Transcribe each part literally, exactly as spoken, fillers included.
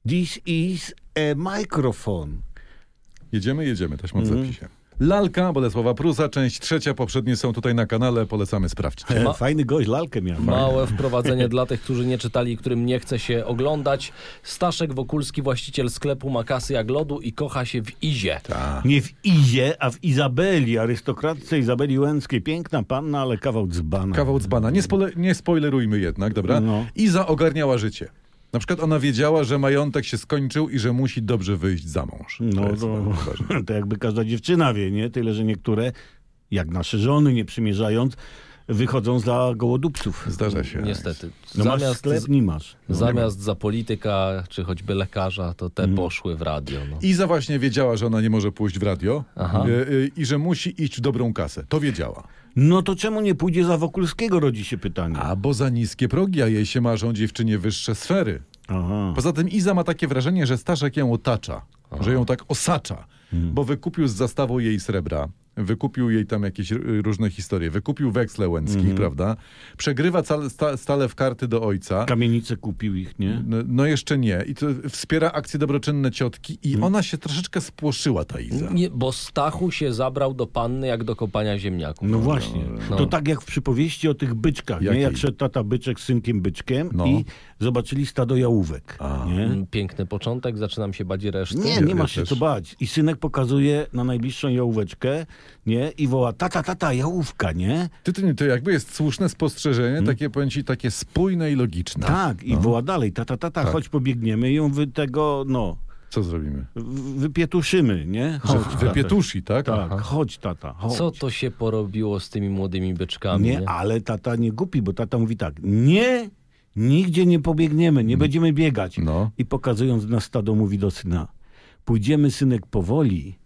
This is a microphone. Jedziemy, jedziemy, taśma w zapisie. Lalka, Bolesława Prusa, część trzecia, poprzednie są tutaj na kanale, polecamy sprawdzić. Ma... Fajny gość, lalkę miał. Małe wprowadzenie dla tych, którzy nie czytali, którym nie chce się oglądać. Staszek Wokulski, właściciel sklepu, ma kasy jak lodu i kocha się w Izie. Ta. Nie w Izie, a w Izabeli, arystokratce Izabeli Łęckiej. Piękna panna, ale kawał dzbana. Kawał dzbana. Nie, spole, nie spoilerujmy jednak, dobra? No. Iza ogarniała życie. Na przykład ona wiedziała, że majątek się skończył i że musi dobrze wyjść za mąż. No to, jest to, ważne. to jakby każda dziewczyna wie, nie? Tyle, że niektóre, jak nasze żony, nie przymierzając, wychodzą za gołodupców. Zdarza się. Niestety. No masz Zamiast, sklep, nie masz. No. zamiast za polityka, czy choćby lekarza, to te Mhm. poszły w radio. No. Iza właśnie wiedziała, że ona nie może pójść w radio Aha. y, y, i że musi iść w dobrą kasę. To wiedziała. No to czemu nie pójdzie za Wokulskiego, rodzi się pytanie. A bo za niskie progi, a jej się marzą dziewczynie wyższe sfery. Aha. Poza tym Iza ma takie wrażenie, że Staszek ją otacza, Aha. że ją tak osacza, Hmm. bo wykupił z zastawą jej srebra, wykupił jej tam jakieś y, różne historie, wykupił weksle Łęckich, Mhm. prawda? Przegrywa cale, sta, stale w karty do ojca. Kamienice kupił ich, nie? No, no jeszcze nie. I to wspiera akcje dobroczynne ciotki i ona się troszeczkę spłoszyła, ta Iza. Nie, bo Stachu się zabrał do panny jak do kopania ziemniaków. No właśnie. No. To tak jak w przypowieści o tych byczkach, nie? Jakiej? Jak szedł tata byczek z synkiem byczkiem No. i zobaczyli stado jałówek. Nie? Mm, Piękny początek, zaczynam się bać reszty. Nie, Ja- nie ja masz się też. co bać. I synek pokazuje na najbliższą jałóweczkę, nie? I woła, tata, tata, jałówka, nie? Ty, ty, to jakby jest słuszne spostrzeżenie, takie, powiem ci, takie spójne i logiczne. Tak, i woła dalej, tata, tata, Tak. chodź pobiegniemy i ją wy tego, no, Co zrobimy? w- wypietuszymy, nie? Że Chodź, tata. wypietuszy, tak? Tak, Aha. chodź, tata, chodź. Co to się porobiło z tymi młodymi byczkami? Nie, ale tata nie głupi, bo tata mówi tak, nie, nigdzie nie pobiegniemy, nie będziemy biegać. No. I pokazując na stado mówi do syna, pójdziemy, synek, powoli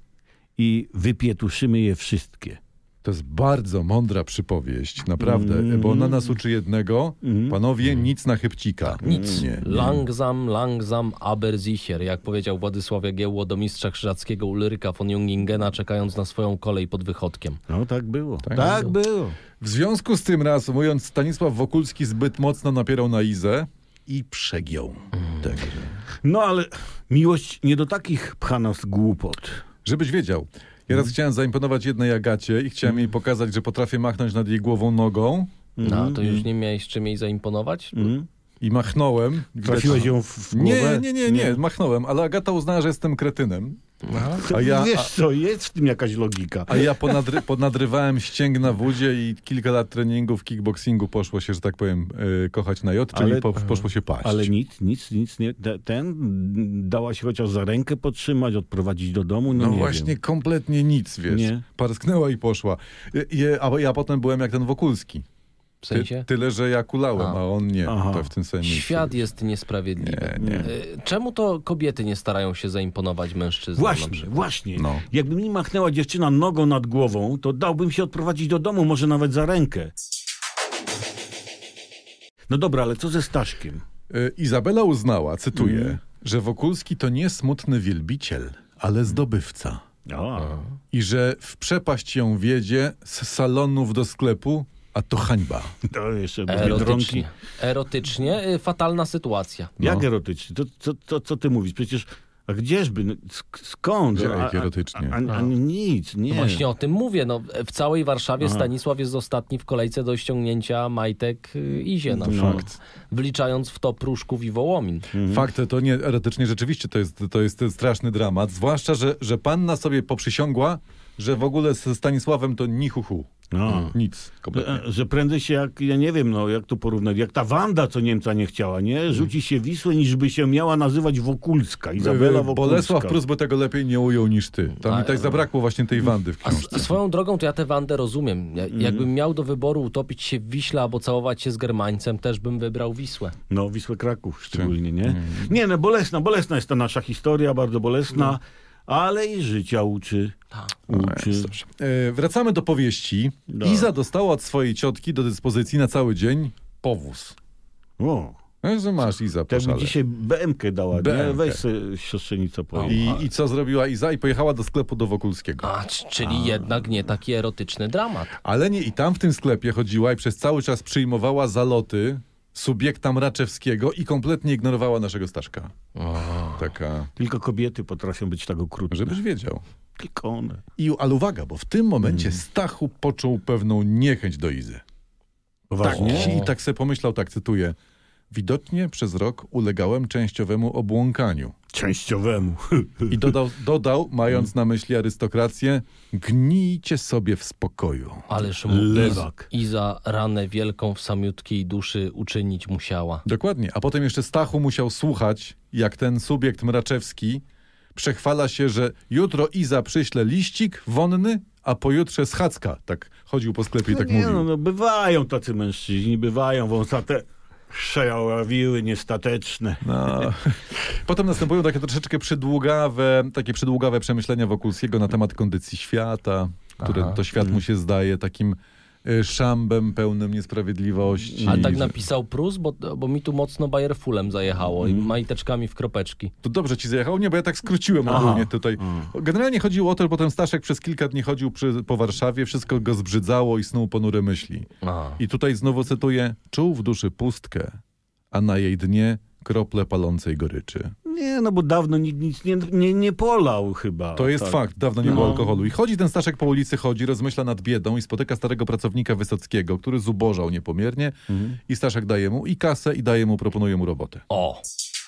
i wypietuszymy je wszystkie. To jest bardzo mądra przypowieść, naprawdę, Mm. bo ona nas uczy jednego, panowie, nic na chybcika. Nic. Nie, nie. Langsam, langsam, aber sicher. Jak powiedział Władysław Jagiełło do mistrza krzyżackiego Ulryka von Jungingena, czekając na swoją kolej pod Wychodkiem. No tak było, Tak tak, było. W związku z tym, reasumując, Stanisław Wokulski zbyt mocno napierał na Izę i przegiął. Także. No ale miłość nie do takich pcha nas głupot. Żebyś wiedział, ja raz chciałem zaimponować jednej Agacie i chciałem jej pokazać, że potrafię machnąć nad jej głową nogą No, to już nie miałeś czym jej zaimponować? Mm. i machnąłem. Trafiłeś ją w, w głowę? Nie, nie, nie, nie, machnąłem, ale Agata uznała, że jestem kretynem. To A ja- Wiesz a- co, jest w tym jakaś logika. A ja ponadry, ponadrywałem ścięgna w udzie i kilka lat treningów kickboxingu poszło się, że tak powiem, yy, kochać na jod, czyli Ale- po, poszło się paść. Ale nic, nic, nic nie. te- Ten dała się chociaż za rękę podtrzymać, odprowadzić do domu. No, No nie właśnie, wiem. kompletnie nic, wiesz. Nie. Parsknęła i poszła. I, i, a ja potem byłem jak ten Wokulski. W sensie? Ty, tyle, że ja kulałem, A. a on nie. Aha. To w tym samym miejscu. Świat jest niesprawiedliwy. Nie, nie. Y, Czemu to kobiety nie starają się zaimponować mężczyznom? na Właśnie, przykład? właśnie. No. Jakby mi machnęła dziewczyna nogą nad głową, to dałbym się odprowadzić do domu, może nawet za rękę. No dobra, ale co ze Staszkiem? Y, Izabela uznała, cytuję, Mm. że Wokulski to nie smutny wielbiciel, ale zdobywca. A, I że w przepaść ją wiedzie z salonów do sklepu, a to hańba. to jeszcze do Biedronki. Erotycznie. Erotycznie y, fatalna sytuacja. Jak No. erotycznie? To, co, co, co ty mówisz? Przecież, a gdzieżby? No, sk- skąd? Jak A- a- erotycznie? A, a, a nic, nie. No właśnie o tym mówię. No, w całej Warszawie Aha. Stanisław jest ostatni w kolejce do ściągnięcia majtek y, Izie. Na No. przykład. Fakt. Wliczając w to Pruszków i Wołomin. Fakt, to nie erotycznie rzeczywiście to jest, to jest straszny dramat. Zwłaszcza, że, że panna sobie poprzysiągła, że w ogóle ze Stanisławem to ni hu hu. No. Nic. Kompletnie. Że, że prędzej się jak, ja nie wiem, no jak to porównać, jak ta Wanda, co Niemca nie chciała, nie? Rzuci się Wisłę, niż by się miała nazywać Wokulska, Izabela Wokulska. Bolesław Prus by tego lepiej nie ujął niż ty. Tam A, mi tak zabrakło właśnie tej Wandy w A s- książce. swoją drogą to ja tę Wandę rozumiem. Ja, Mhm. Jakbym miał do wyboru utopić się w Wiśle albo całować się z Germańcem, też bym wybrał Wisłę. No, Wisłę Kraków szczególnie, nie? Mm. Nie, no bolesna, bolesna jest ta nasza historia, bardzo bolesna, ale i życia uczy. Uczy. Jest dobrze. E, wracamy do powieści. No. Iza dostała od swojej ciotki do dyspozycji na cały dzień powóz. O, No, że masz, Iza, to jakby poszale. dzisiaj B M K dała, B M K. nie? Weź sobie siostrzenica po I, I co zrobiła Iza? I pojechała do sklepu do Wokulskiego. A, c- czyli jednak nie taki erotyczny dramat. Ale nie, i tam w tym sklepie chodziła i przez cały czas przyjmowała zaloty subiekta Mraczewskiego i kompletnie ignorowała naszego Staszka. O. Taka, Tylko kobiety potrafią być tak okrutne. żebyś wiedział. Tylko one. I, ale uwaga, bo w tym momencie Stachu poczuł pewną niechęć do Izy. Poważnie? Tak, i tak sobie pomyślał, tak cytuję. Widocznie przez rok ulegałem częściowemu obłąkaniu. Częściowemu. I dodał, dodał, mając na myśli arystokrację, gnijcie sobie w spokoju. Ależ mu Iz, Lewak. Iza ranę wielką w samiutkiej duszy uczynić musiała. Dokładnie. A potem jeszcze Stachu musiał słuchać, jak ten subiekt Mraczewski przechwala się, że jutro Iza przyśle liścik wonny, a pojutrze schadzka. Tak chodził po sklepie i tak nie, mówił. no, no, bywają tacy mężczyźni, bywają wąsate przejawiły niestateczne. No. Potem następują takie troszeczkę przydługawe, takie przydługawe przemyślenia Wokulskiego na temat kondycji świata, które Aha. to świat mu się zdaje takim y, szambem pełnym niesprawiedliwości. Ale tak że- napisał Prus, bo, bo mi tu mocno Bayerfulem zajechało i majteczkami w kropeczki. To dobrze ci zajechał? Nie, bo ja tak skróciłem Aha. ogólnie tutaj. Generalnie chodziło o to, że potem Staszek przez kilka dni chodził przy, po Warszawie, wszystko go zbrzydzało i snuł ponure myśli. Aha. I tutaj znowu cytuję, czuł w duszy pustkę, a na jej dnie krople palącej goryczy. Nie, no bo dawno nikt nic nie, nie, nie polał chyba. To jest tak. fakt, dawno nie było No. alkoholu. I chodzi ten Staszek po ulicy, chodzi, rozmyśla nad biedą i spotyka starego pracownika Wysockiego, który zubożał niepomiernie i Staszek daje mu i kasę i daje mu, proponuje mu robotę. O,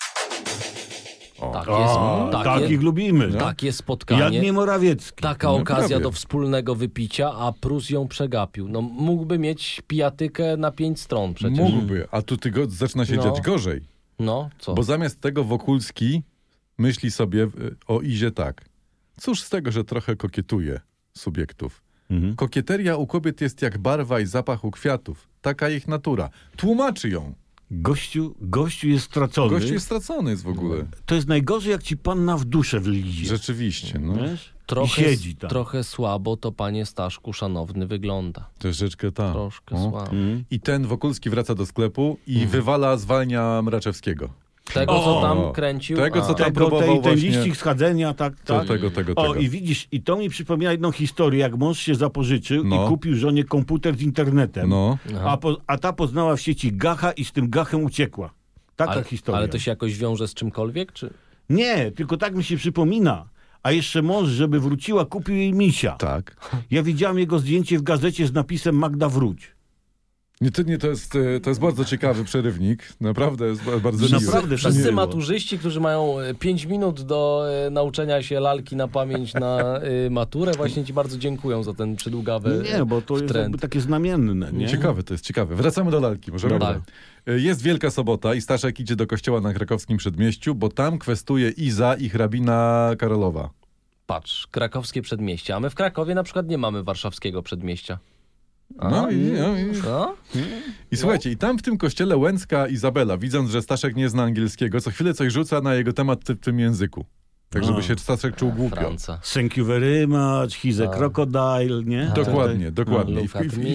O. tak jest, A, tak takich jest, lubimy. takie spotkanie. Jak nie Morawiecki. Taka No, okazja prawie. do wspólnego wypicia, a Prus ją przegapił. No mógłby mieć pijatykę na pięć stron przecież. Mógłby, a tu ty go, zaczyna się No. dziać gorzej. No, co? Bo zamiast tego Wokulski myśli sobie y, o Izie tak. Cóż z tego, że trochę kokietuje subiektów. Mhm. Kokieteria u kobiet jest jak barwa i zapach u kwiatów. Taka ich natura. Tłumaczy ją. Gościu, gościu jest stracony. Gość jest stracony jest w ogóle. To jest najgorzej, jak ci panna w duszę wlizie. Rzeczywiście, no. Wiesz? Trochę, I siedzi tam. trochę słabo to, panie Staszku, szanowny, wygląda. Troszeczkę tak. Troszkę O. słabo. Mhm. I ten Wokulski wraca do sklepu i wywala, zwalnia Mraczewskiego. Tego, O, co tam kręcił. tego, co a, tam- Tego, próbował tej, ten właśnie- liścik schadzenia, tak, To, tak. tego, tego, O, tego. i widzisz, i to mi przypomina jedną historię, jak mąż się zapożyczył No. i kupił żonie komputer z internetem, No. Aha. a, po, a ta poznała w sieci gacha i z tym gachem uciekła. Taka ale, historia. ale to się jakoś wiąże z czymkolwiek, czy? Nie, tylko tak mi się przypomina. A jeszcze mąż, żeby wróciła, kupił jej misia. Tak. Ja widziałem jego zdjęcie w gazecie z napisem Magda wróć. Nie, to, nie, to, jest, e, to jest bardzo ciekawy przerywnik. Naprawdę jest ba- bardzo miły. Naprawdę, Wszyscy miło. maturzyści, którzy mają pięć minut do e, nauczenia się lalki na pamięć na e, maturę, właśnie ci bardzo dziękują za ten przydługawy Nie, bo to jest trend. jakby takie znamienne, nie? Ciekawe, to jest ciekawe. Wracamy do lalki. Możemy? Dobra. E, Jest Wielka Sobota i Staszek idzie do kościoła na krakowskim przedmieściu, bo tam kwestuje Iza i hrabina Karolowa. Patrz, krakowskie przedmieście, a my w Krakowie na przykład nie mamy warszawskiego przedmieścia. A? No i, no i, No? i słuchajcie, i tam w tym kościele Łęcka Izabela, widząc, że Staszek nie zna angielskiego, co chwilę coś rzuca na jego temat w tym języku. Tak, żeby A. się Staszek czuł głupio. Franca. Thank you very much, he's a Tak. crocodile, nie? Dokładnie, dokładnie. I Look w, at i w, me.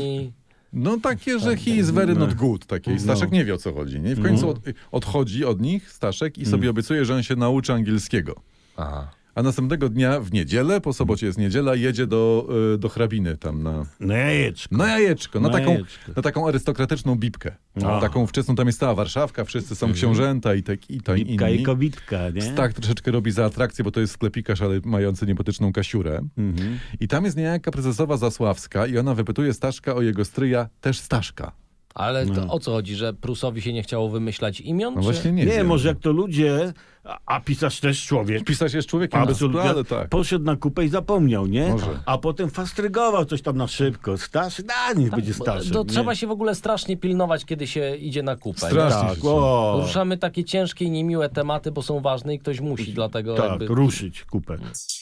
no takie, że he is very not good. Takie. I Staszek No. nie wie, o co chodzi. Nie? I w końcu od, odchodzi od nich Staszek i sobie obiecuje, że on się nauczy angielskiego. Aha. A następnego dnia w niedzielę, po sobocie jest niedziela, jedzie do, y, do hrabiny tam na, No jajeczko. na jajeczko, na, Na taką, jajeczko. na taką arystokratyczną bibkę. A. Taką wczesną, tam jest cała Warszawka, wszyscy są książęta i, tak, i to i Bibka i inni. kobitka, nie? Tak troszeczkę robi za atrakcję, bo to jest sklepikarz, ale mający niebotyczną kasiurę. Mhm. I tam jest niejaka prezesowa Zasławska i ona wypytuje Staszka o jego stryja, też Staszka. Ale to No. o co chodzi, że Prusowi się nie chciało wymyślać imion? No czy... właśnie nie Nie, wiem. może jak to ludzie, a, a pisarz też człowiek, Pisarz jest człowiekiem, absolutnie, ale tak. poszedł na kupę i zapomniał, nie? Może. A potem fastrygował coś tam na szybko. Starzy, da, niech będzie Bo starszy. To nie? trzeba się w ogóle strasznie pilnować, kiedy się idzie na kupę. nie? Strasznie. Tak, o, Ruszamy takie ciężkie i niemiłe tematy, bo są ważne i ktoś musi, dlatego tak, jakby... ruszyć kupę.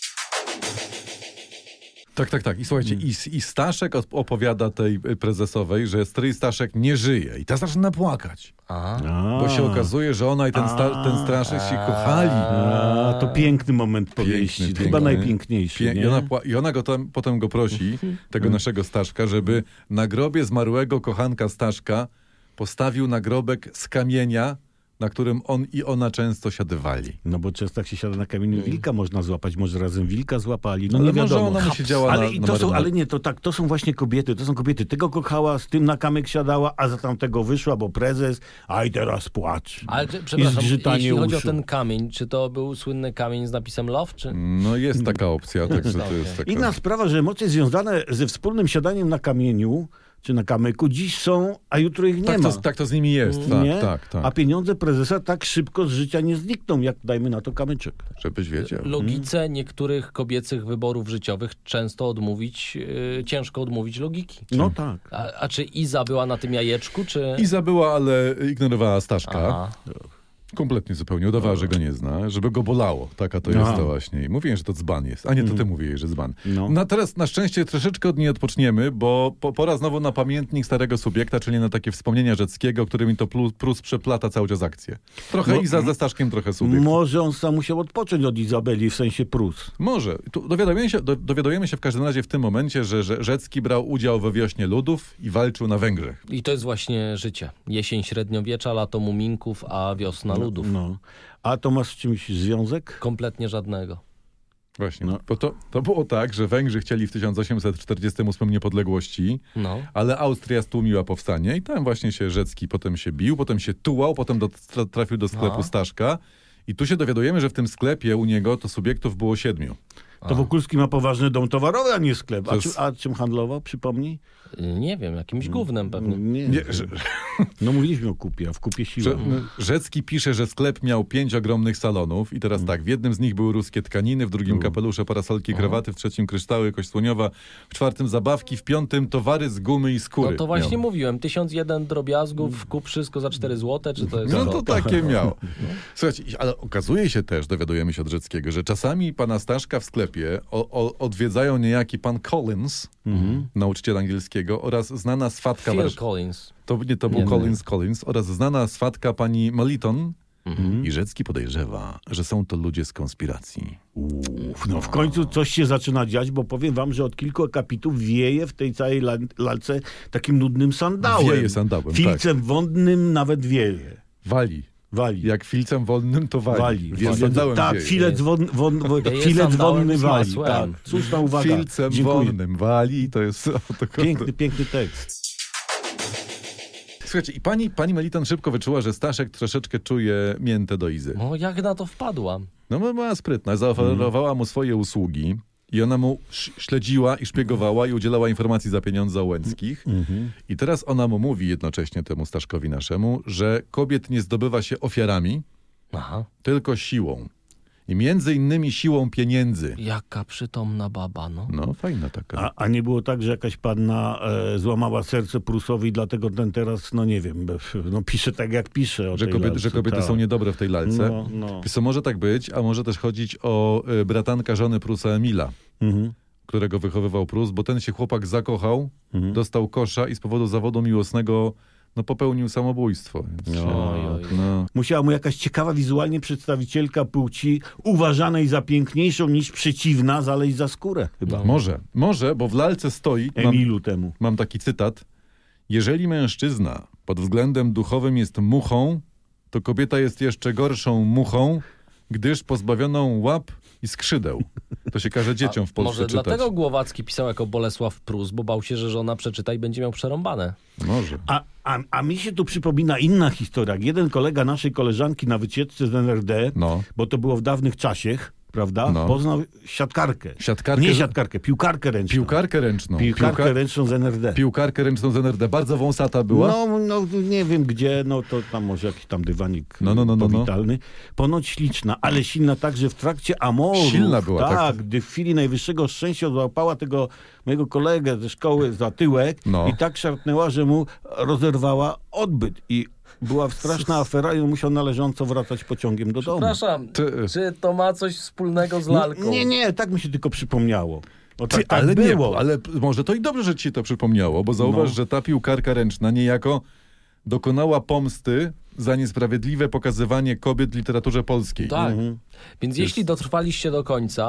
Tak, tak, tak. I słuchajcie, i, i Staszek op- opowiada tej prezesowej, że stryj Staszek nie żyje. I ta zaczyna płakać. A, A, Bo się okazuje, że ona i ten, sta- ten Staszek się kochali. a, to piękny moment powieści. Piękny, Chyba piękny. najpiękniejszy, Pie- nie? I ona, pła- I ona go tam, potem go prosi, tego naszego Staszka, żeby na grobie zmarłego kochanka Staszka postawił nagrobek z kamienia na którym on i ona często siadywali. No bo często jak się siada na kamieniu, wilka można złapać, może razem wilka złapali, no Ale nie może wiadomo. ona mu siedziała ale, na- i na to są, marynarce. ale nie, to tak, to są właśnie kobiety, to są kobiety. Tego kochała, z tym na kamyk siadała, a za tamtego wyszła, bo prezes, a i teraz płacz. Ale czy, I przepraszam, zgrzytanie jeśli chodzi o uszu. ten kamień, czy to był słynny kamień z napisem love, czy... No jest taka opcja, także to jest taka... Inna sprawa, że emocje związane ze wspólnym siadaniem na kamieniu, czy na kamyku, dziś są, a jutro ich nie Tak ma. to, tak to z nimi jest, tak, nie? tak, tak. A pieniądze prezesa tak szybko z życia nie znikną, jak dajmy na to kamyczek. Żebyś wiedział. Logice niektórych kobiecych wyborów życiowych często odmówić, yy, ciężko odmówić logiki. No tak. A, a czy Iza była na tym jajeczku, czy... Iza była, ale ignorowała Staszka. Aha. Kompletnie zupełnie. Udawała, że go nie zna, żeby go bolało. Taka to Aha. jest to właśnie. I mówiłem, że to dzban jest. A nie, to ty mówiłeś, że dzban. No. No teraz na szczęście troszeczkę od niej odpoczniemy, bo po, pora znowu na pamiętnik starego subiekta, czyli na takie wspomnienia Rzeckiego, którymi to plus, plus przeplata cały czas akcję. Trochę No, Iza ze Staszkiem, trochę subiekt. Może on sam musiał odpocząć od Izabeli, w sensie Prus. Może. Tu dowiadujemy się, do, dowiadujemy się w każdym razie w tym momencie, że, że Rzecki brał udział we wiośnie ludów i walczył na Węgrzech. I to jest właśnie życie. Jesień średniowiecza, lato muminków, a wiosna ludów. No. A to ma z czymś związek? Kompletnie żadnego. Właśnie. No. Bo to, to było tak, że Węgrzy chcieli w tysiąc osiemset czterdziestym ósmym niepodległości, No. ale Austria stłumiła powstanie i tam właśnie się Rzecki potem się bił, potem się tułał, potem do, tra, trafił do sklepu No. Staszka i tu się dowiadujemy, że w tym sklepie u niego to subiektów było siedmiu. To Wokulski ma poważny dom towarowy, a nie sklep. To A, jest- czy, a czym handlował, przypomnij? Nie wiem, jakimś gównem pewnie. Nie, Nie, że, No mówiliśmy o kupie, a w kupie siła. że, Rzecki pisze, że sklep miał pięć ogromnych salonów i teraz tak, w jednym z nich były ruskie tkaniny, w drugim kapelusze, parasolki, krawaty, w trzecim kryształy, kość słoniowa, w czwartym zabawki, w piątym towary z gumy i skóry. No to właśnie miał. mówiłem, tysiąc jeden drobiazgów, kup wszystko za cztery złote, czy to jest... No co? to takie miał. Słuchajcie, ale okazuje się też, dowiadujemy się od Rzeckiego, że czasami pana Staszka w sklepie o, o, odwiedzają niejaki pan Collins, nauczyciel angielskiego, oraz znana swatka... Phil Warsz- Collins. to nie, to był Nie, Collins Collins, oraz znana swatka pani Meliton. I Rzecki podejrzewa, że są to ludzie z konspiracji. Uf, no w końcu coś się zaczyna dziać, bo powiem wam, że od kilku akapitów wieje w tej całej la- lalce takim nudnym sandałem. Wieje sandałem, Filcem wodnym nawet wieje. Wali. Wali. Jak filcem wodnym, to wali. Wali. Więc Więc, sandałem tak, wieje. filec, wodny, wod, wod, Wieje filec sandałem wodny z wali. masłem. Tak, słuszna uwaga. Filcem Dziękuję. wodnym wali, to jest... o, to- Piękny, piękny tekst. Słuchajcie, i pani, pani Meliton szybko wyczuła, że Staszek troszeczkę czuje miętę do Izy. No jak na to wpadłam? No bo była sprytna, zaoferowała mu swoje usługi i ona mu sz- śledziła i szpiegowała i udzielała informacji za pieniądze o Łęckich. I teraz ona mu mówi jednocześnie temu Staszkowi naszemu, że kobiet nie zdobywa się ofiarami, Aha. tylko siłą. I między innymi siłą pieniędzy. Jaka przytomna baba, no. No, fajna taka. A, a nie było tak, że jakaś panna e, złamała serce Prusowi, dlatego ten teraz, no nie wiem, no pisze tak jak pisze o Że tej kobiety, lalce, że kobiety tak. są niedobre w tej lalce. No, no. Wiesz co, może tak być, a może też chodzić o y, bratanka żony Prusa Emila, Mhm. którego wychowywał Prus, bo ten się chłopak zakochał, Mhm. dostał kosza i z powodu zawodu miłosnego no, popełnił samobójstwo. Więc, Oj, oj. no. Musiała mu jakaś ciekawa wizualnie przedstawicielka płci, uważanej za piękniejszą niż przeciwna, zaleźć za skórę chyba. No. Może, może, bo w lalce stoi, mam, Emilu temu. mam taki cytat, jeżeli mężczyzna pod względem duchowym jest muchą, to kobieta jest jeszcze gorszą muchą, gdyż pozbawioną łap i skrzydeł. To się każe dzieciom w Polsce Może czytać. dlatego Głowacki pisał jako Bolesław Prus, bo bał się, że żona przeczyta i będzie miał przerąbane. Może. A, a, a mi się tu przypomina inna historia. Jak jeden kolega naszej koleżanki na wycieczce z N R D, No. bo to było w dawnych czasach, prawda, No. poznał siatkarkę. Siatkarkę, Nie że- siatkarkę, piłkarkę ręczną. Piłkarkę ręczną. Piłkarkę Piłka- ręczną z N R D. Piłkarkę ręczną z N R D. Bardzo wąsata była. No, no, nie wiem gdzie, no to tam może jakiś tam dywanik No, no, no, no, no. powitalny. Ponoć śliczna, ale silna także w trakcie amoru. Silna była, tak. tak. Gdy w chwili najwyższego szczęścia złapała tego mojego kolegę ze szkoły za tyłek No. i tak szarpnęła, że mu rozerwała odbyt. I była straszna afera i on musiał należąco wracać pociągiem do domu. Przepraszam, Ty- czy to ma coś wspólnego z lalką? No, nie, nie, tak mi się tylko przypomniało. O, Ty, tak, tak ale było. nie, ale może to i dobrze, że ci się to przypomniało, bo zauważ, No. że ta piłkarka ręczna niejako dokonała pomsty za niesprawiedliwe pokazywanie kobiet w literaturze polskiej. Tak. Więc jeśli dotrwaliście do końca,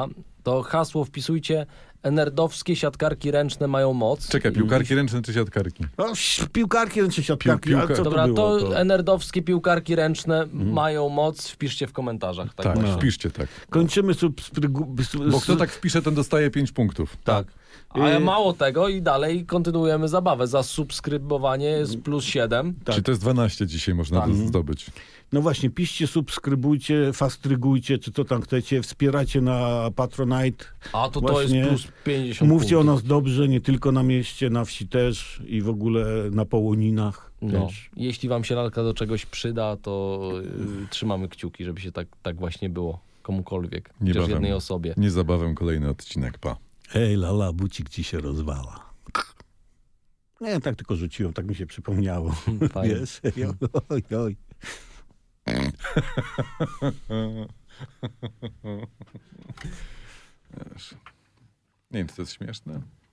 to hasło wpisujcie nerdowskie siatkarki ręczne mają moc. Czekaj, piłkarki ręczne czy siatkarki? O, sz- piłkarki czy siatkarki, Pił- a co piłka- to Dobra, było? to, To? nerdowskie piłkarki ręczne mają moc. Wpiszcie w komentarzach. Tak, Tak, właśnie. wpiszcie tak. Kończymy subskrybu... Bo kto tak wpisze, ten dostaje pięć punktów. Tak. A Y- mało tego i dalej kontynuujemy zabawę. Za subskrybowanie jest plus siedem. Tak. Czyli to jest dwanaście dzisiaj można Tak. to zdobyć. No właśnie, piszcie, subskrybujcie, fastrygujcie, czy co tam chcecie, wspierajcie na Patronite. A to to Właśnie. jest plus pięćdziesiąt Mówcie o punktów. nas dobrze, nie tylko na mieście, na wsi też i w ogóle na Połoninach No, też. jeśli wam się lalka do czegoś przyda, to y, trzymamy kciuki, żeby się tak, tak właśnie było. Komukolwiek. Chociaż Niebawem. jednej osobie. Niezabawem kolejny odcinek, pa. Hej, lala, bucik ci się rozwala. Nie, tak tylko rzuciłem, tak mi się przypomniało. Fajnie. Wiesz? Oj, oj. Nie wiem, czy to jest śmieszne.